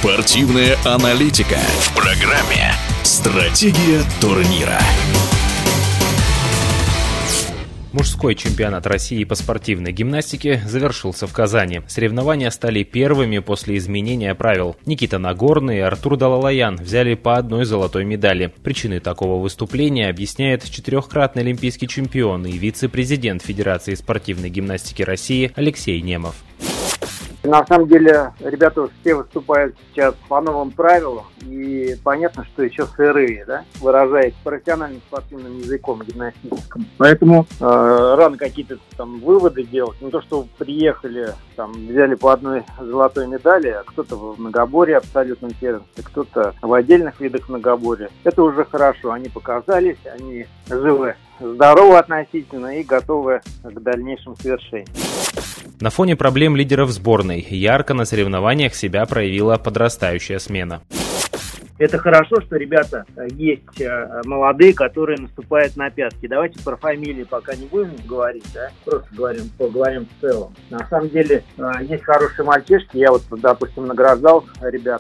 Спортивная аналитика в программе «Стратегия турнира». Мужской чемпионат России по спортивной гимнастике завершился в Казани. Соревнования стали первыми после изменения правил. Никита Нагорный и Артур Далалаян взяли по одной золотой медали. Причины такого выступления объясняет четырехкратный олимпийский чемпион и вице-президент Федерации спортивной гимнастики России Алексей Немов. На самом деле, ребята все выступают сейчас по новым правилам, и понятно, что еще сырые, да, выражаясь профессиональным спортивным языком гимнастическим. Поэтому рано какие-то там выводы делать. Не то, что приехали, там, взяли по одной золотой медали, а кто-то в многоборье абсолютном первенстве, кто-то в отдельных видах многоборья. Это уже хорошо, они показались, они живы, здоровы относительно и готовы к дальнейшим свершениям. На фоне проблем лидеров сборной ярко на соревнованиях себя проявила подрастающая смена. Это хорошо, что ребята есть молодые, которые наступают на пятки. Давайте про фамилии пока не будем говорить, да? Просто поговорим в целом. На самом деле есть хорошие мальчишки. Я вот, допустим, награждал ребят,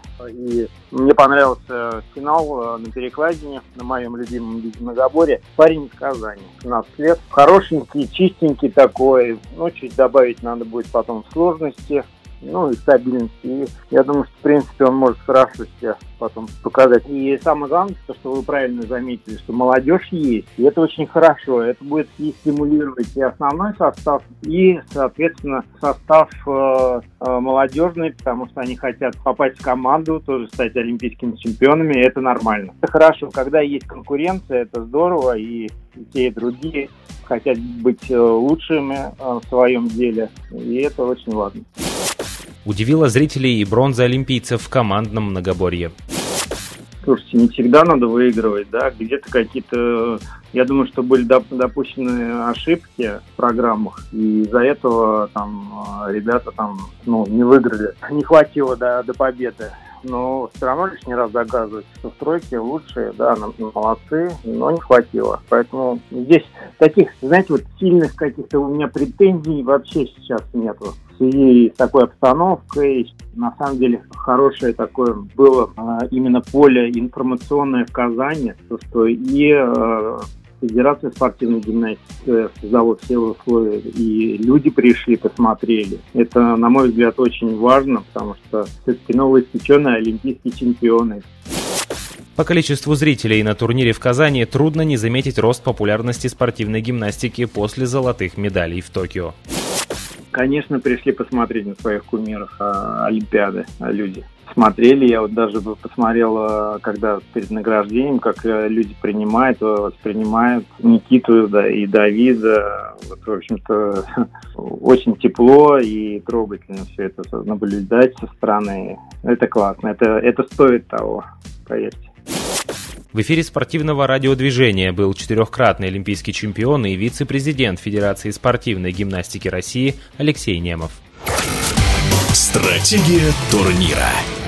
и мне понравился финал на перекладине на моем любимом виде многоборья. Парень из Казани, 15 лет. Хорошенький, чистенький такой. Ну, чуть добавить надо будет потом в сложности. Ну и стабильности. И я думаю, что в принципе он может хорошо себя потом показать. И самое главное, то, что вы правильно заметили, что молодежь есть. И это очень хорошо. Это будет и стимулировать и основной состав, и, соответственно, состав молодежный, потому что они хотят попасть в команду, тоже стать олимпийскими чемпионами. И это нормально. Это хорошо. Когда есть конкуренция, это здорово. И те, и другие хотят быть лучшими в своем деле. И это очень важно. Удивила зрителей и бронза олимпийцев в командном многоборье. Слушайте, не всегда надо выигрывать, да, где-то какие-то, я думаю, что были допущены ошибки в программах, и из-за этого там ребята там, не выиграли, не хватило до победы. Но все равно лишний раз доказывать, что в тройке лучшие, да, молодцы, но не хватило. Поэтому здесь таких, знаете, вот сильных каких-то у меня претензий вообще сейчас нету. В связи с такой обстановкой, на самом деле, хорошее такое было именно поле информационное в Казани, что и Федерация спортивной гимнастики создала все условия, и люди пришли, посмотрели. Это, на мой взгляд, очень важно, потому что все-таки новоиспеченные олимпийские чемпионы. По количеству зрителей на турнире в Казани трудно не заметить рост популярности спортивной гимнастики после золотых медалей в Токио. Конечно, пришли посмотреть на своих кумиров Олимпиады люди. Смотрели, я вот даже посмотрел, когда перед награждением, как люди воспринимают Никиту, да, и Давида. Вот, в общем-то, очень тепло и трогательно все это наблюдать со стороны. Это классно, это стоит того, поверьте. В эфире спортивного радиодвижения был четырехкратный олимпийский чемпион и вице-президент Федерации спортивной гимнастики России Алексей Немов. Стратегия турнира.